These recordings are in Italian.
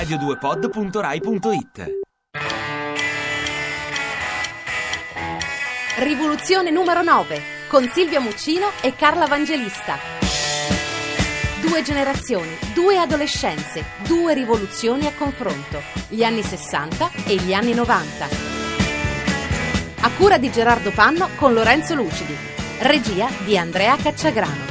radio2pod.rai.it. Rivoluzione numero 9 con Silvia Muccino e Carla Vangelista. 2 generazioni, 2 adolescenze, 2 rivoluzioni a confronto. Gli anni 60 e gli anni 90. A cura di Gerardo Panno con Lorenzo Lucidi. Regia di Andrea Cacciagrano.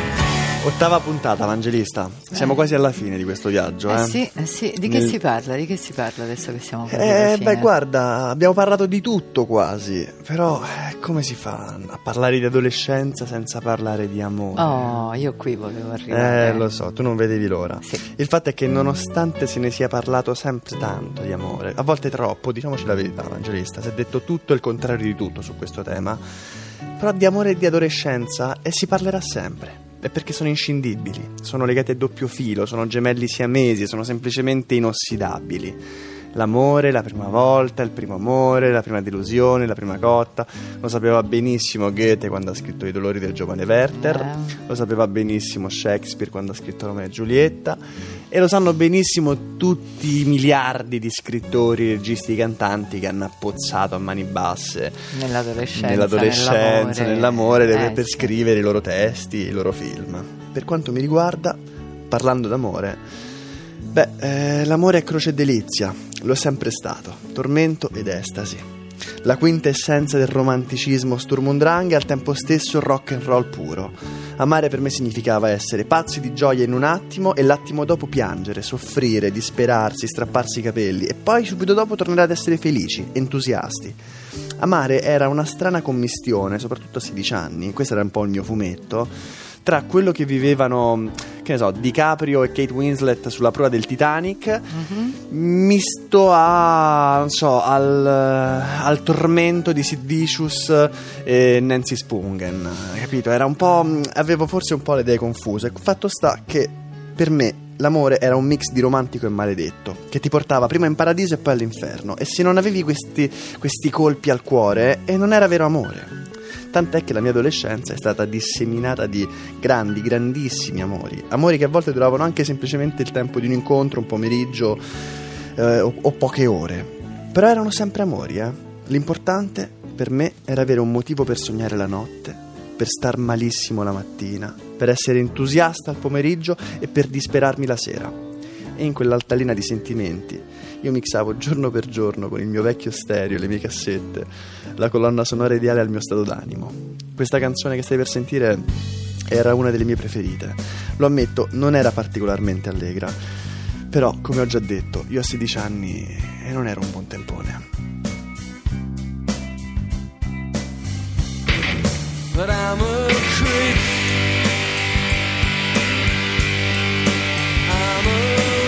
8ª puntata, Vangelista. Siamo quasi alla fine di questo viaggio. Sì. Di che si parla? Di che si parla adesso che siamo quasi alla fine? Guarda, abbiamo parlato di tutto quasi. Però come si fa a parlare di adolescenza senza parlare di amore? Oh, io qui volevo arrivare. Lo so, tu non vedevi l'ora. Sì. Il fatto è che nonostante se ne sia parlato sempre tanto di amore, a volte troppo, diciamoci la verità, Vangelista, si è detto tutto e il contrario di tutto su questo tema. Però di amore e di adolescenza si parlerà sempre. È perché sono inscindibili, sono legati a doppio filo, sono gemelli siamesi, sono semplicemente inossidabili. L'amore, la prima volta, il primo amore, la prima delusione, la prima cotta. Lo sapeva benissimo Goethe quando ha scritto I dolori del giovane Werther, lo sapeva benissimo Shakespeare quando ha scritto Romeo e Giulietta, e lo sanno benissimo tutti i miliardi di scrittori, registi, cantanti che hanno appozzato a mani basse nell'adolescenza, nell'amore per scrivere i loro testi, i loro film. Per quanto mi riguarda, parlando d'amore, l'amore è croce e delizia, lo è sempre stato, tormento ed estasi, la quintessenza del romanticismo Sturm und Drang e al tempo stesso rock and roll puro. Amare per me significava essere pazzi di gioia in un attimo e l'attimo dopo piangere, soffrire, disperarsi, strapparsi i capelli e poi subito dopo tornare ad essere felici, entusiasti. Amare era una strana commistione, soprattutto a 16 anni, questo era un po' il mio fumetto, tra quello che vivevano, che ne so, DiCaprio e Kate Winslet sulla prua del Titanic, misto a, non so, al tormento di Sid Vicious e Nancy Spungen, capito? Era un po', avevo forse un po' le idee confuse. Fatto sta che per me l'amore era un mix di romantico e maledetto, che ti portava prima in paradiso e poi all'inferno, e se non avevi questi colpi al cuore, non era vero amore. Tant'è che la mia adolescenza è stata disseminata di grandissimi amori che a volte duravano anche semplicemente il tempo di un incontro, un pomeriggio o poche ore. Però erano sempre amori, L'importante per me era avere un motivo per sognare la notte, per star malissimo la mattina, per essere entusiasta al pomeriggio e per disperarmi la sera. E in quell'altalena di sentimenti io mixavo giorno per giorno con il mio vecchio stereo, le mie cassette, la colonna sonora ideale al mio stato d'animo. Questa canzone che stai per sentire era una delle mie preferite. Lo ammetto, non era particolarmente allegra, però, come ho già detto, io a 16 anni non ero un buon tempone. But I'm a creep. I'm a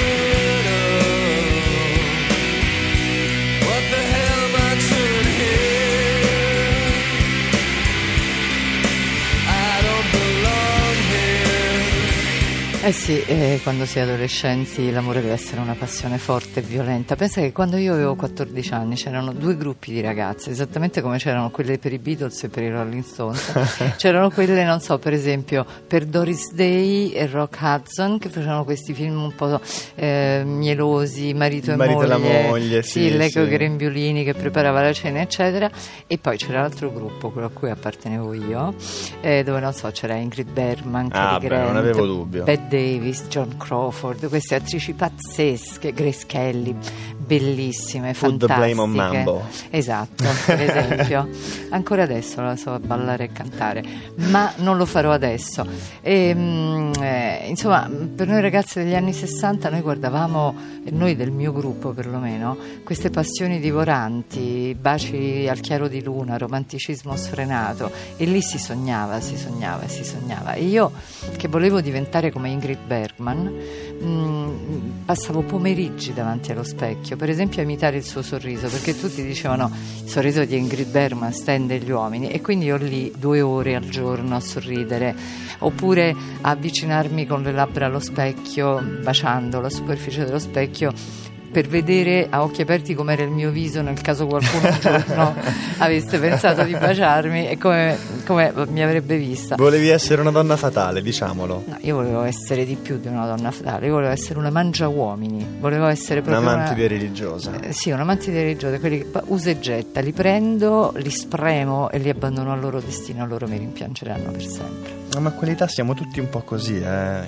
quando si è adolescenti l'amore deve essere una passione forte e violenta. Pensa che quando io avevo 14 anni c'erano 2 gruppi di ragazze, esattamente come c'erano quelle per i Beatles e per i Rolling Stones. C'erano quelle, non so, per esempio per Doris Day e Rock Hudson, che facevano questi film un po' mielosi, marito e la moglie, sì, lei con i grembiulini che preparava la cena eccetera. E poi c'era l'altro gruppo, quello a cui appartenevo io, dove non so, c'era Ingrid Bergman, Cary Grant, non avevo dubbio, Bette Davis, John Crawford, queste attrici pazzesche, Grace Kelly, bellissime, fantastiche. Put the blame on Mambo. Esatto, per esempio. Ancora adesso la so ballare e cantare, ma non lo farò adesso. Insomma, per noi ragazzi degli anni 60 noi guardavamo, noi del mio gruppo perlomeno, queste passioni divoranti, baci al chiaro di luna, romanticismo sfrenato, e lì si sognava. E io, che volevo diventare come Ingrid Bergman, passavo pomeriggi davanti allo specchio, per esempio a imitare il suo sorriso, perché tutti dicevano il sorriso di Ingrid Bergman stende gli uomini, e quindi io lì 2 ore al giorno a sorridere, oppure a avvicinarmi con le labbra allo specchio, baciando la superficie dello specchio, per vedere a occhi aperti com'era il mio viso nel caso qualcuno un giorno avesse pensato di baciarmi e come mi avrebbe vista. Volevi essere una donna fatale, diciamolo. No, io volevo essere di più di una donna fatale, io volevo essere una mangiauomini, volevo essere proprio un'amante religiosa. Sì, un'amante religiosa, quelli che usa e getta, li prendo, li spremo e li abbandono al loro destino, loro mi rimpiangeranno per sempre. No, ma a quell'età siamo tutti un po' così,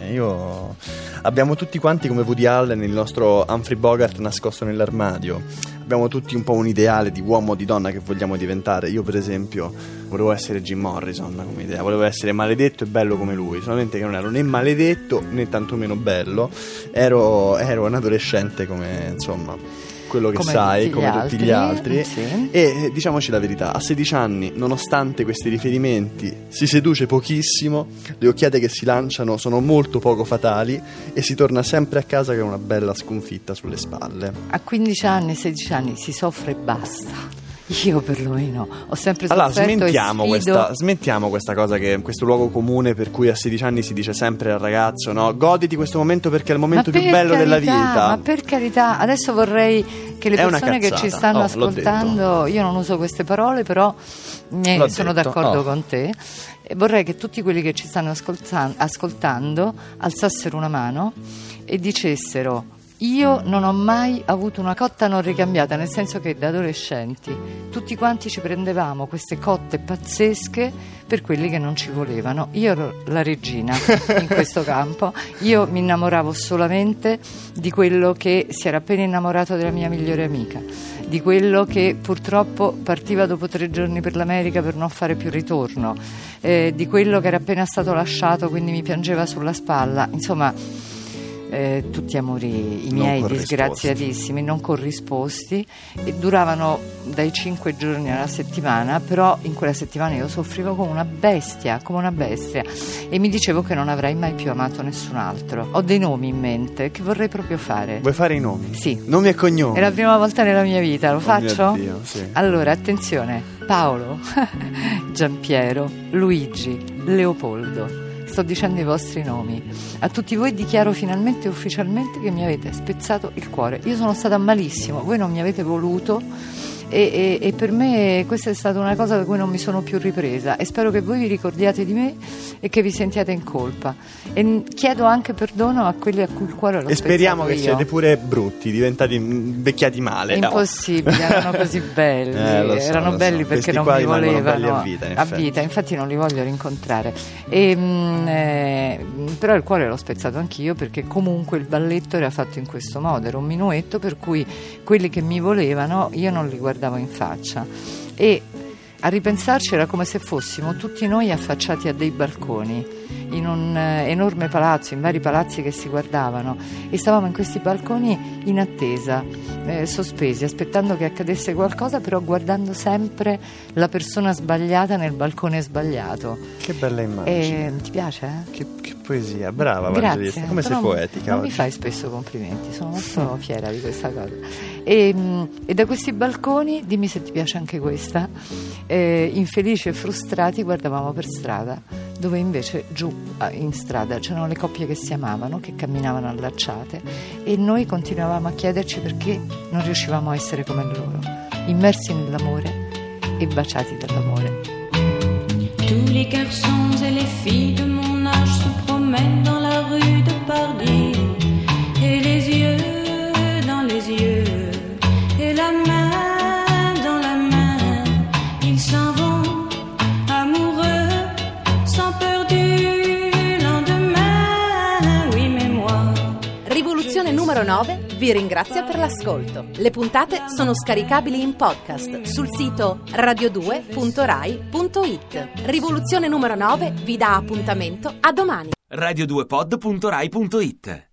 Abbiamo tutti quanti come Woody Allen il nostro Humphrey Bogart nascosto nell'armadio. Abbiamo tutti un po' un ideale di uomo o di donna che vogliamo diventare. Io per esempio volevo essere Jim Morrison come idea, volevo essere maledetto e bello come lui, solamente che non ero né maledetto né tantomeno bello. Ero un adolescente come, insomma, quello che come sai, tutti come tutti gli altri. Sì. E diciamoci la verità, a 16 anni, nonostante questi riferimenti, si seduce pochissimo, le occhiate che si lanciano sono molto poco fatali e si torna sempre a casa con una bella sconfitta sulle spalle. A 15 anni, 16 anni si soffre e basta. Io perlomeno ho sempre sofferto. Allora smettiamo questa cosa, che questo luogo comune per cui a 16 anni si dice sempre al ragazzo, no, goditi questo momento perché è il momento più bello della vita. Ma per carità, adesso vorrei che le persone che ci stanno ascoltando, io non uso queste parole, però sono d'accordo con te, e vorrei che tutti quelli che ci stanno ascoltando alzassero una mano e dicessero: io non ho mai avuto una cotta non ricambiata, nel senso che da adolescenti tutti quanti ci prendevamo queste cotte pazzesche per quelli che non ci volevano. Io ero la regina in questo campo, io mi innamoravo solamente di quello che si era appena innamorato della mia migliore amica, di quello che purtroppo partiva dopo 3 giorni per l'America per non fare più ritorno, di quello che era appena stato lasciato, quindi mi piangeva sulla spalla, insomma. Tutti amori i miei disgraziatissimi, non corrisposti, e duravano dai 5 giorni alla settimana, però in quella settimana io soffrivo come una bestia, e mi dicevo che non avrei mai più amato nessun altro. Ho dei nomi in mente che vorrei proprio fare. Vuoi fare i nomi? Sì. Nomi e cognomi. È la prima volta nella mia vita, lo faccio? Mio Dio, sì. Allora, attenzione: Paolo, Giampiero, Luigi, Leopoldo. Sto dicendo i vostri nomi. A tutti voi dichiaro finalmente e ufficialmente che mi avete spezzato il cuore. Io sono stata malissimo, voi non mi avete voluto e per me questa è stata una cosa da cui non mi sono più ripresa, e spero che voi vi ricordiate di me e che vi sentiate in colpa, e chiedo anche perdono a quelli a cui il cuore l'ho spezzato. E speriamo che io. siete pure brutti, diventati invecchiati male. Impossibile, erano così belli, erano belli perché non mi volevano a vita, infatti non li voglio rincontrare, però il cuore l'ho spezzato anch'io, perché comunque il balletto era fatto in questo modo, era un minuetto per cui quelli che mi volevano io non li guardavo in faccia, e a ripensarci era come se fossimo tutti noi affacciati a dei balconi in un enorme palazzo, in vari palazzi che si guardavano, e stavamo in questi balconi in attesa, sospesi, aspettando che accadesse qualcosa, però guardando sempre la persona sbagliata nel balcone sbagliato. Che bella immagine. Ti piace? Che poesia, brava Grazie. Vangelista, come sei poetica non oggi. Mi fai spesso complimenti, sono molto fiera di questa cosa, e da questi balconi, dimmi se ti piace anche questa, infelici e frustrati guardavamo per strada, dove invece giù in strada c'erano le coppie che si amavano, che camminavano allacciate, e noi continuavamo a chiederci perché non riuscivamo a essere come loro, immersi nell'amore e baciati dall'amore. Tous les garçons et les filles de mon âge se promènent dans la rue de Paris, et les yeux dans les yeux, et la main dans la main, ils s'en vont amoureux, sans peur du lendemain. Oui, mais moi. Rivoluzione numero 9 vi ringrazia per l'ascolto. Le puntate sono scaricabili in podcast sul sito radio2.rai.it. Rivoluzione numero 9 vi dà appuntamento a domani. radio2pod.rai.it